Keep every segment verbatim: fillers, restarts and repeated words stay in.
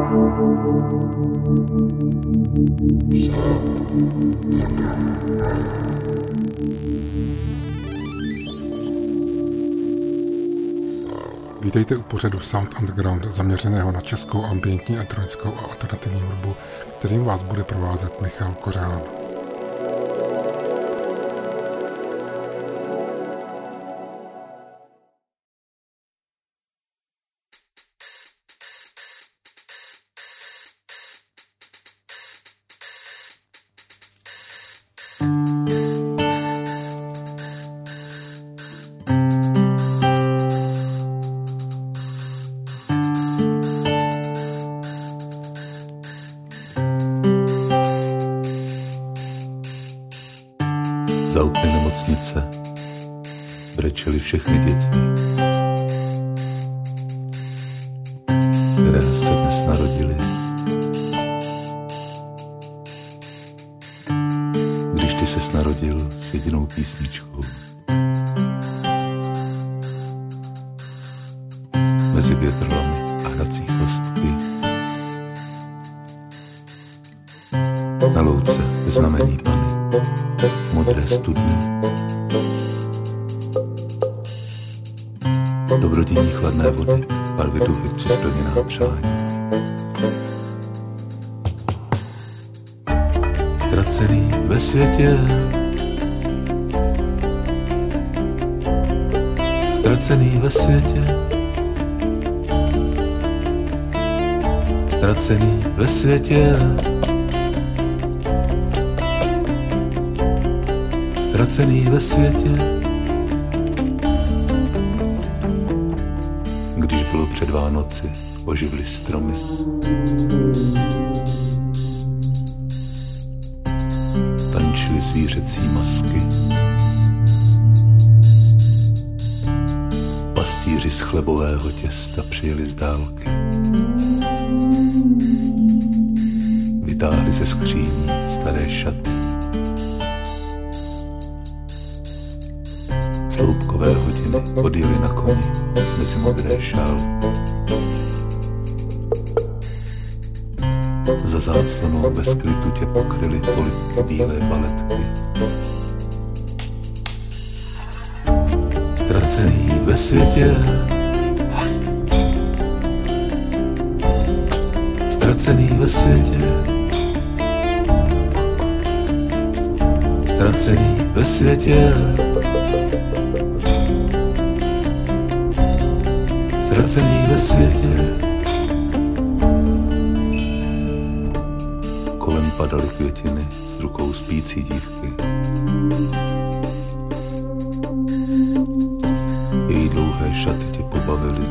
Vítejte u pořadu Sound Underground, zaměřeného na českou ambientní, elektronickou a alternativní hudbu, kterým vás bude provázet Michal Kořán. Za okny nemocnice brečely všechny děti, které se dnes narodily. Když ty ses narodil s jedinou písničkou, mezi větrlami a hrací kostky, na louce ve znamení Panny, modré studny, dobrodění chladné vody, barvy duhy při splněná přání. Ztracený ve světě, ztracený ve světě, ztracený ve světě, ztracený ve světě. Když bylo před Vánoci, oživly stromy. Tančily zvířecí masky. Pastýři z chlebového těsta přijeli z dálky. Vytáhli ze skříní staré šaty. Sloupkové hodiny odjeli na koni mezi modré šálky. Za záclanou ve sklitu tě pokryly polivky bílé baletky. Ztracený ve světě, ztracený ve světě, ztracený ve světě, ztracený ve světě. Kolem padaly květiny s rukou spící dívky. Její dlouhé šaty tě pobavily.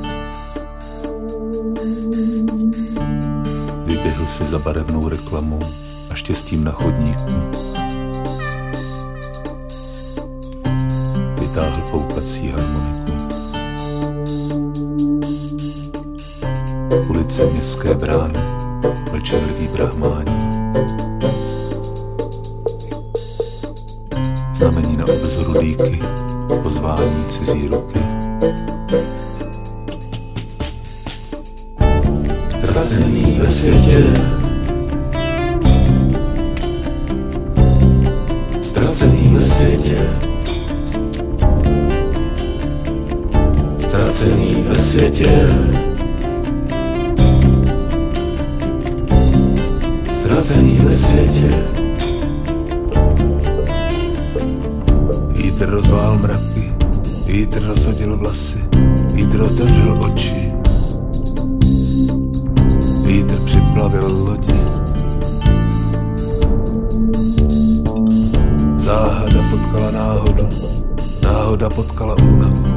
Vyběhl si za barevnou reklamou a štěstím na chodníku. Vytáhl foukací harmoniku. Ulice městské brány, mlčenlivý brahmání. Znamení na obzoru líky, pozvání cizí ruky. Ztracený ve světě, ztracený ve světě, ztracený ve světě, ztracený ve světě. Vítr rozvál mraky, vítr rozhodil vlasy, vítr otevřel oči, vítr připlavil lodi. Záhada potkala náhodu, náhoda potkala únavu.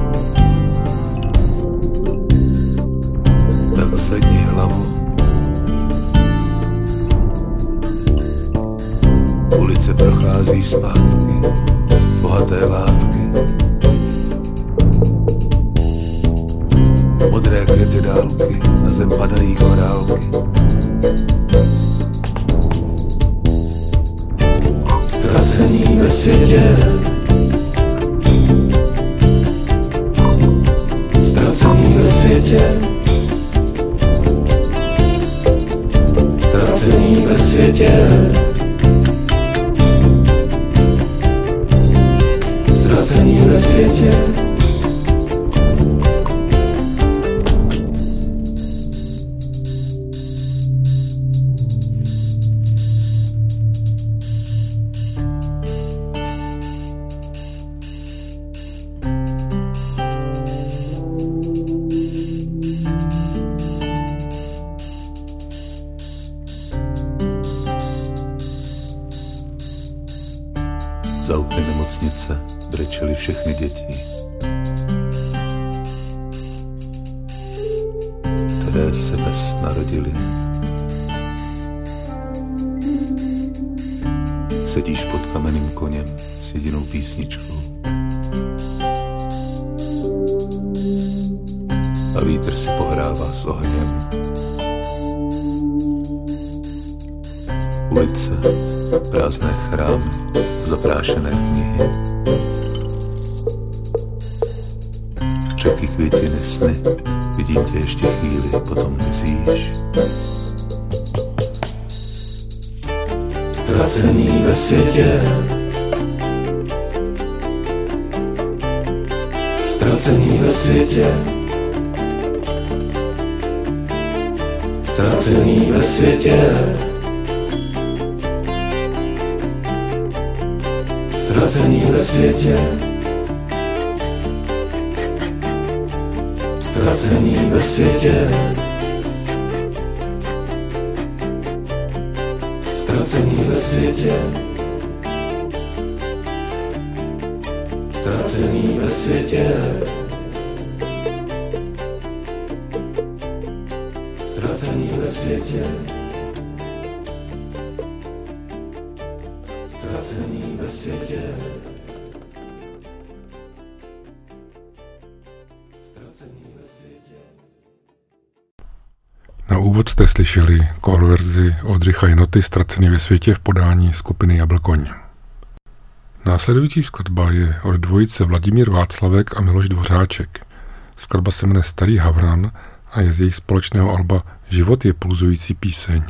Tak zvedni hlavu. Ulice prochází zpátky, bohaté látky. Modré květy dálky, na zem padají korálky. Ztracený ve světě, ztracený ve světě, Ztracení ve světě, ztracení ve světě. Za okny nemocnice brečely všechny děti, které se dnes narodily. Sedíš pod kamenným koněm s jedinou písničkou a vítr si pohrává s ohněm. Ulice, prázdné chrámy, zaprášené knihy, řeky, květiny, sny, vidím tě ještě chvíli, potom mizíš. Ztracení ve světě, ztracení ve světě, ztracení ve světě. Ztracení ve světě, ztracení ve světě, ztracení ve světě, ztracení ve světě, ztracení ve světě. Ztracení ve světě. Ztracení ve světě. Na úvod jste slyšeli coververzi Oldřicha Jenoty Ztracený ve světě v podání skupiny Jablkoň. Následující skladba je od dvojice Vladimír Václavek a Miloš Dvořáček. Skladba se jmenuje Starý Havran a je z jejich společného alba Život je pulzující píseň.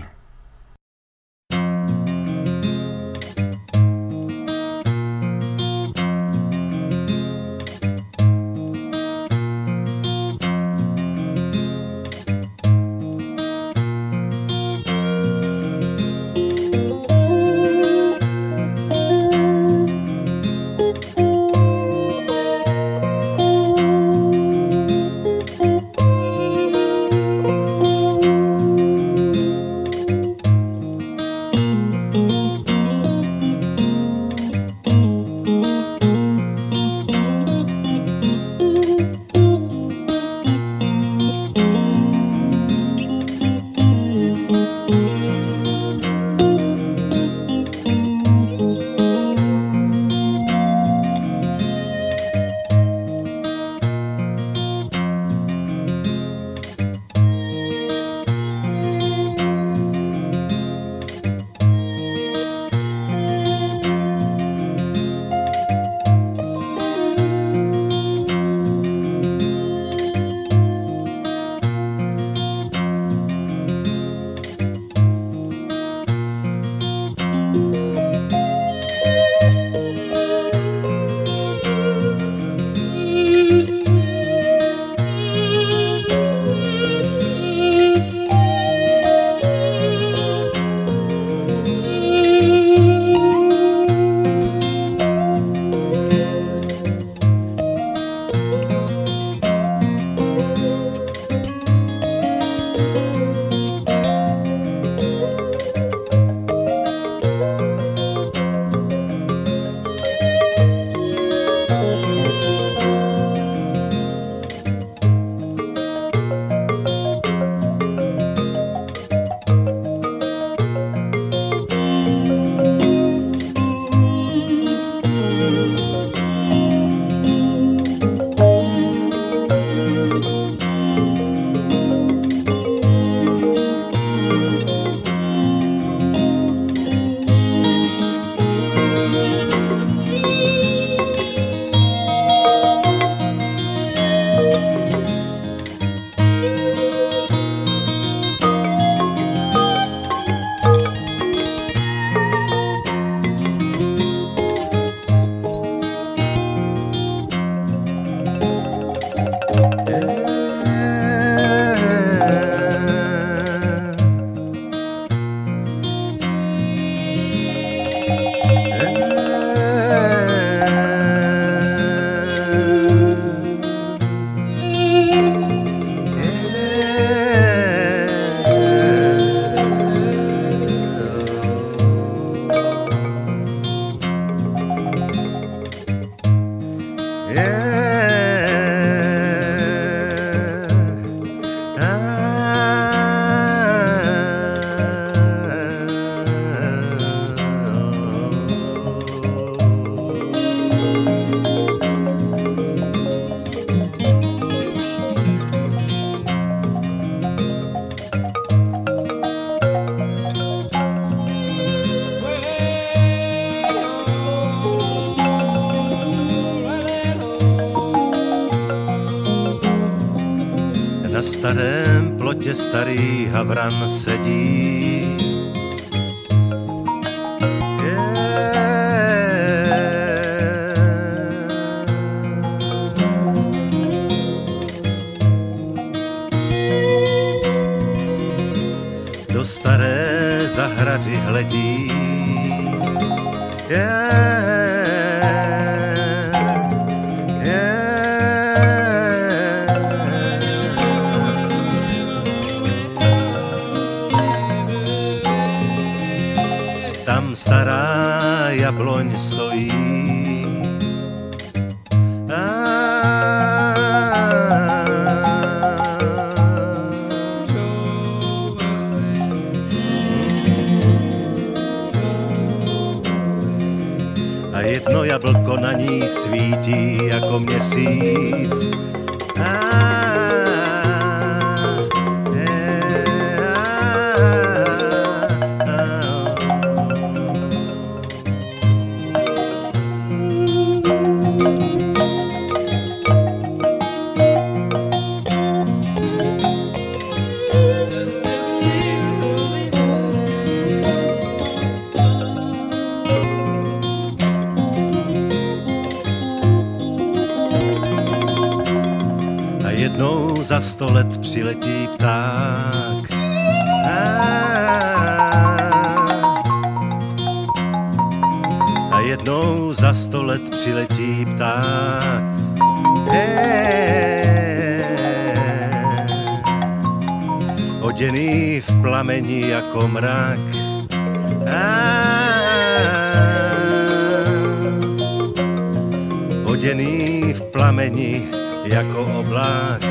Na starém plotě starý havran sedí. Do staré zahrady hledí. Yeah. Tam stará jabloň stojí. A jedno jablko na ní svítí jako měsíc. Jednou za sto let přiletí pták. A jednou za sto let přiletí pták. Oděný v plameni jako mrak. Oděný v plameni jako oblák.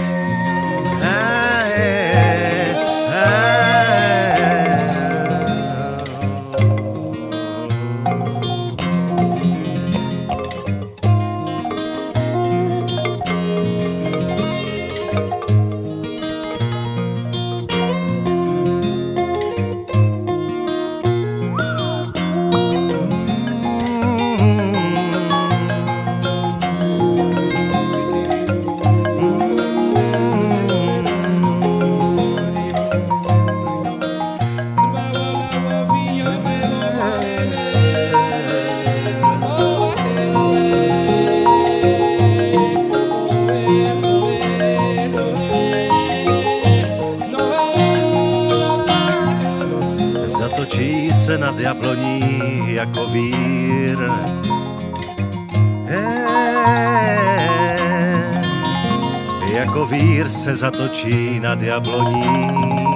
Zatočí se nad jabloní jako vír. Jako vír se zatočí nad jabloní.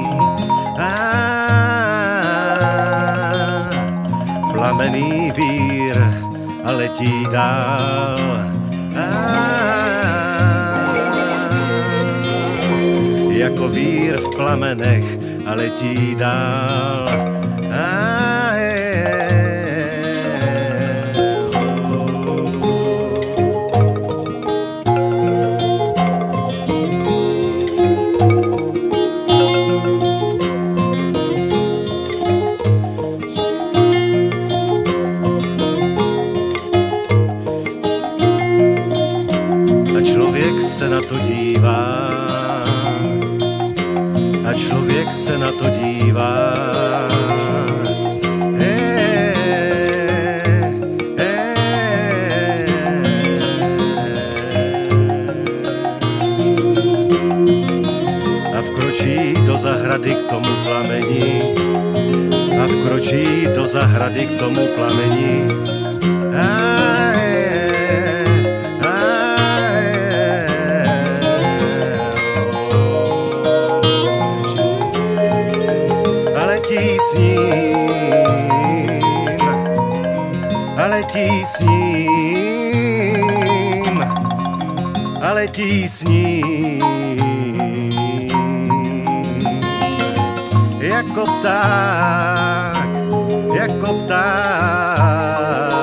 Plamený vír a letí dál. Jako vír v plamenech a letí dál. Se na to dívá, a člověk se na to dívá. Eh, eh, a vkročí do zahrady k tomu plameni, a vkročí do zahrady k tomu plameni. S ním, a letí s ním, a letí s ním, jako pták, jako pták.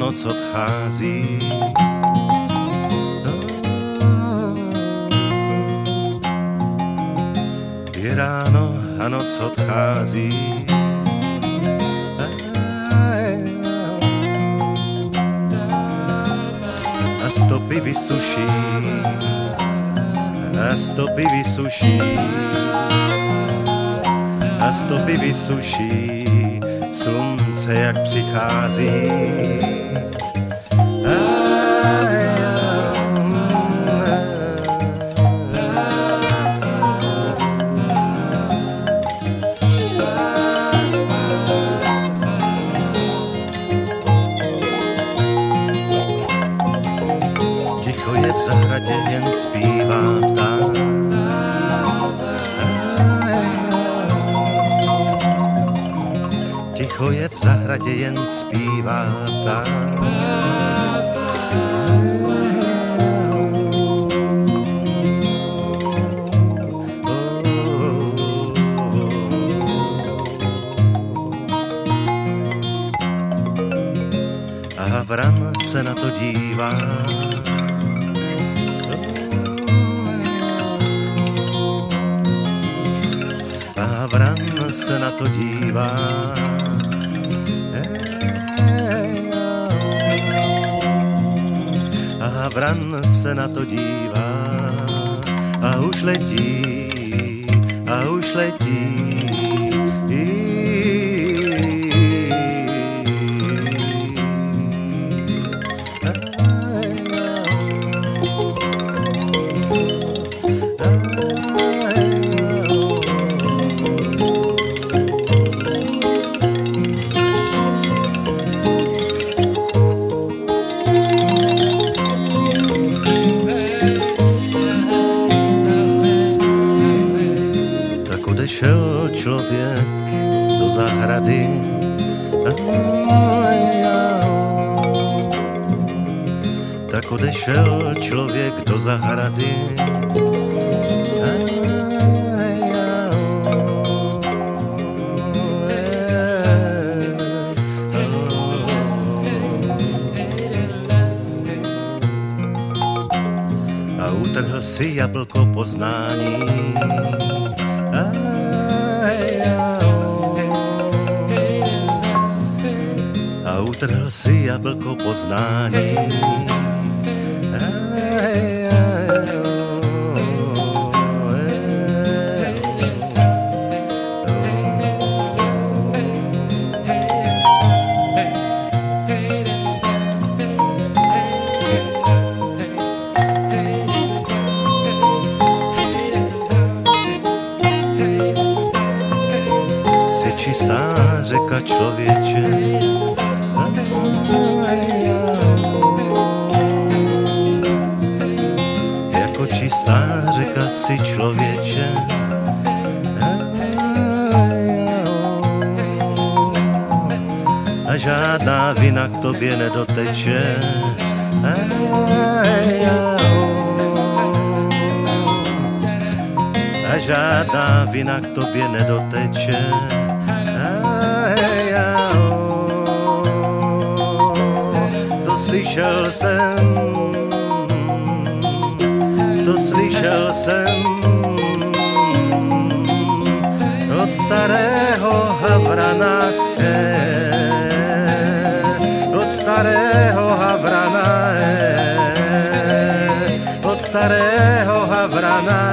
noc odchází. Je ráno a noc odchází. A stopy vysuší, a stopy vysuší, a stopy vysuší, slunce jak přichází. Ticho je v zahradě, jen zpívá pták. Ticho je v zahradě, jen zpívá pták. A vran se na to dívá. A vran se na to dívá. A vran se na to dívá. A už letí, a už letí. Odešel člověk do zahrady. Tak odešel člověk do zahrady. A utrhl si jablko poznání. A utrhl si jablko poznání. Jsi čistá řeka, člověče. Jako čistá řeka si, člověče. A žádná vina k tobě nedoteče. A žádná vina k tobě nedoteče. To slyšel jsem, to slyšel jsem od starého havrana, od starého havrana, od starého havrana.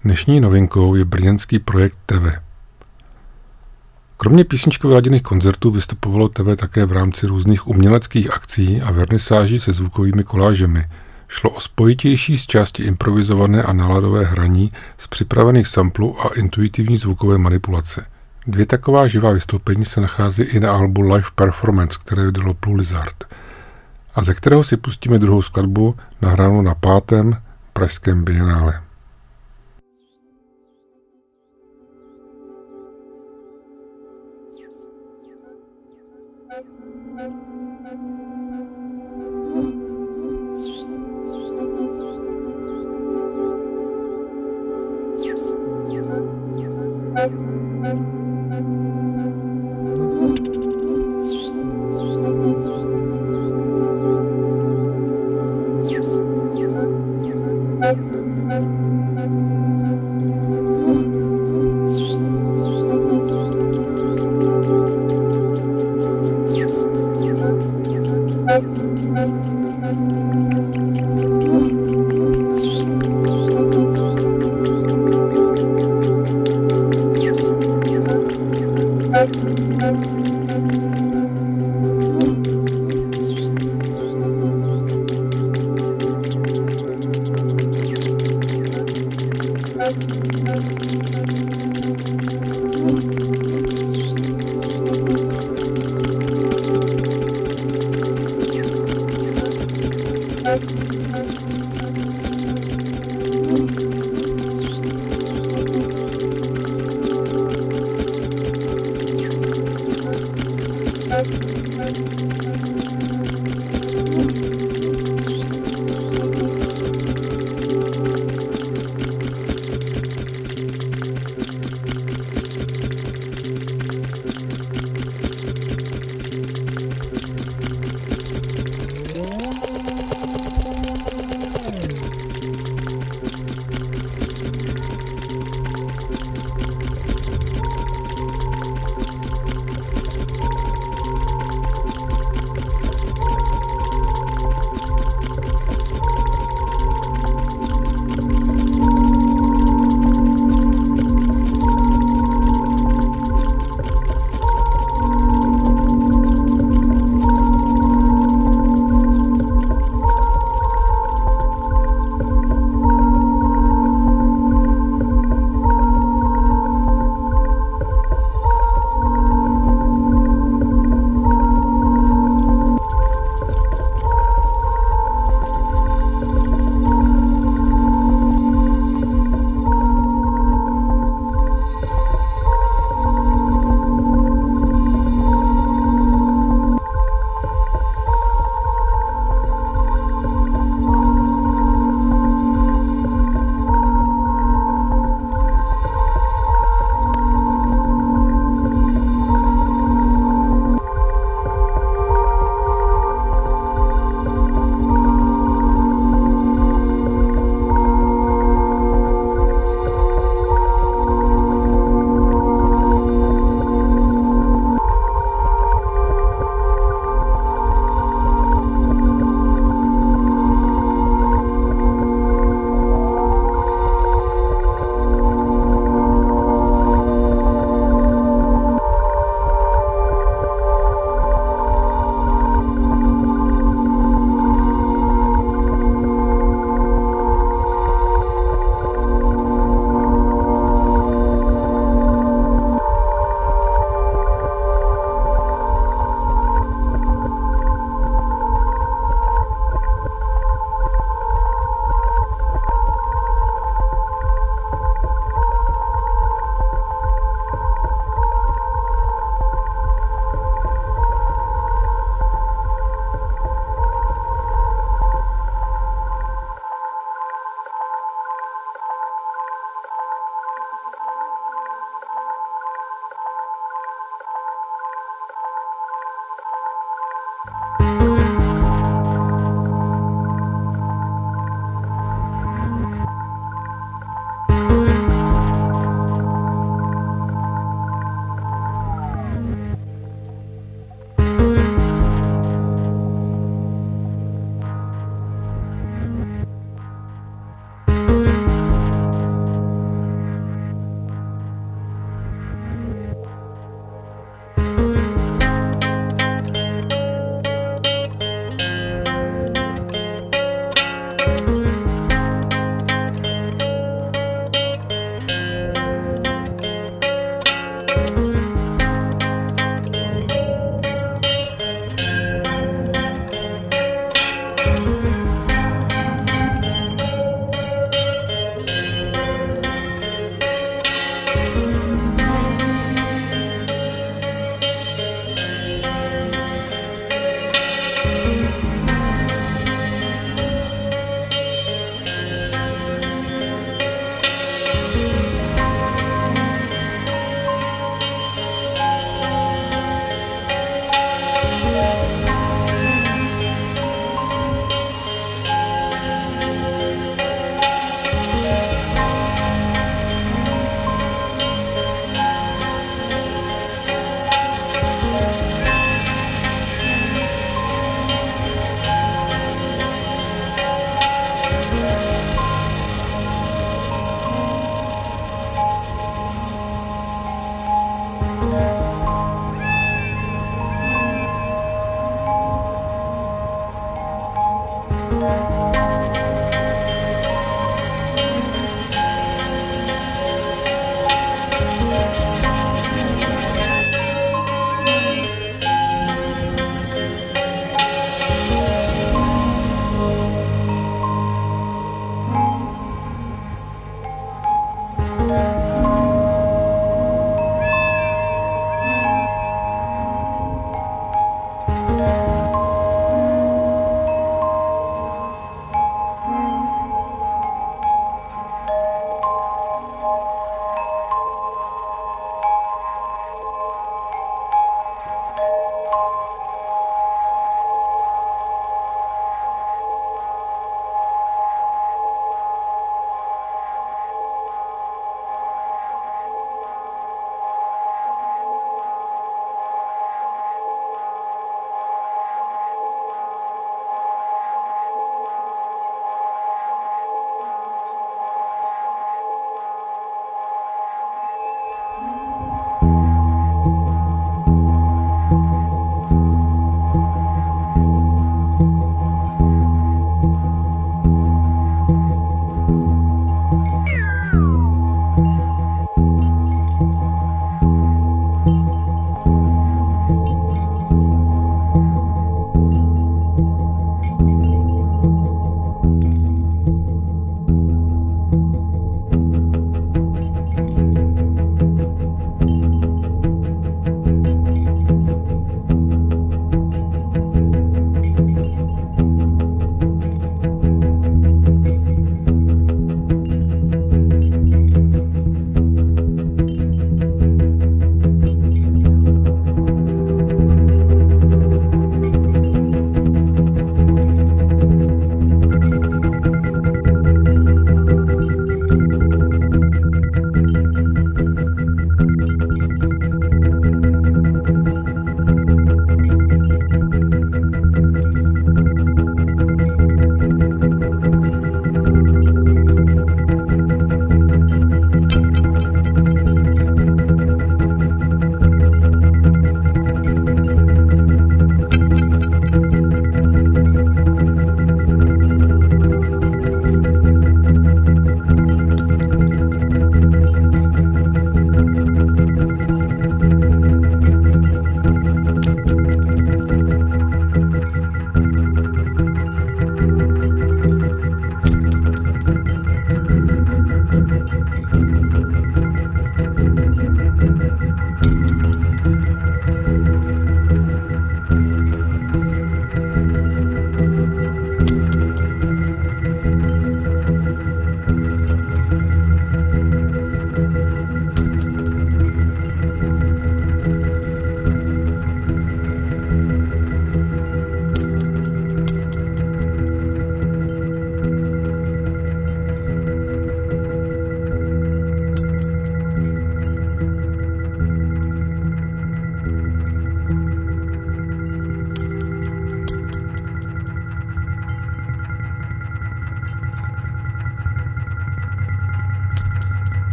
Dnešní novinkou je brněnský projekt Teve. Kromě písničkově laděných koncertů vystupovalo Teve také v rámci různých uměleckých akcí a vernisáží se zvukovými kolážemi. Šlo o spojitější z části improvizované a náladové hraní z připravených samplů a intuitivní zvukové manipulace. Dvě taková živá vystoupení se nachází i na albu Live Performance, které vydalo Blue Lizard, a ze kterého si pustíme druhou skladbu nahranou na pátém pražském bienále.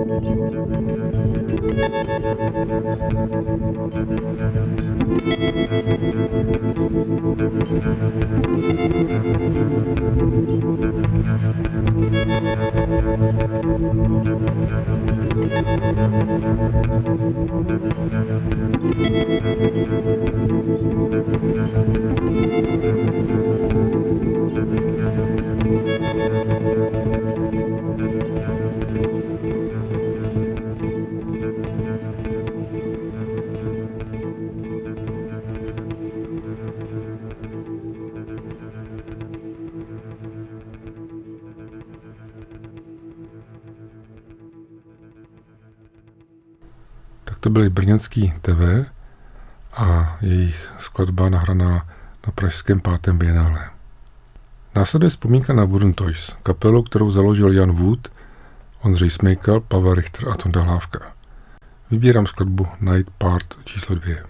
To byly brněnský T V a jejich skladba nahraná na pražském pátém bienále. Následuje vzpomínka na Wooden Toys, kapelu, kterou založil Jan Wood, Ondřej Smejkal, Pavel Richter a Tonda Hlávka. Vybírám skladbu Night Part číslo dvě.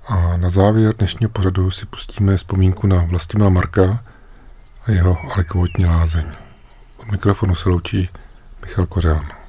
A na závěr dnešního pořadu si pustíme vzpomínku na Vlastimila Marka a jeho alekvotní lázeň. Od mikrofonu se loučí Michal Kořán.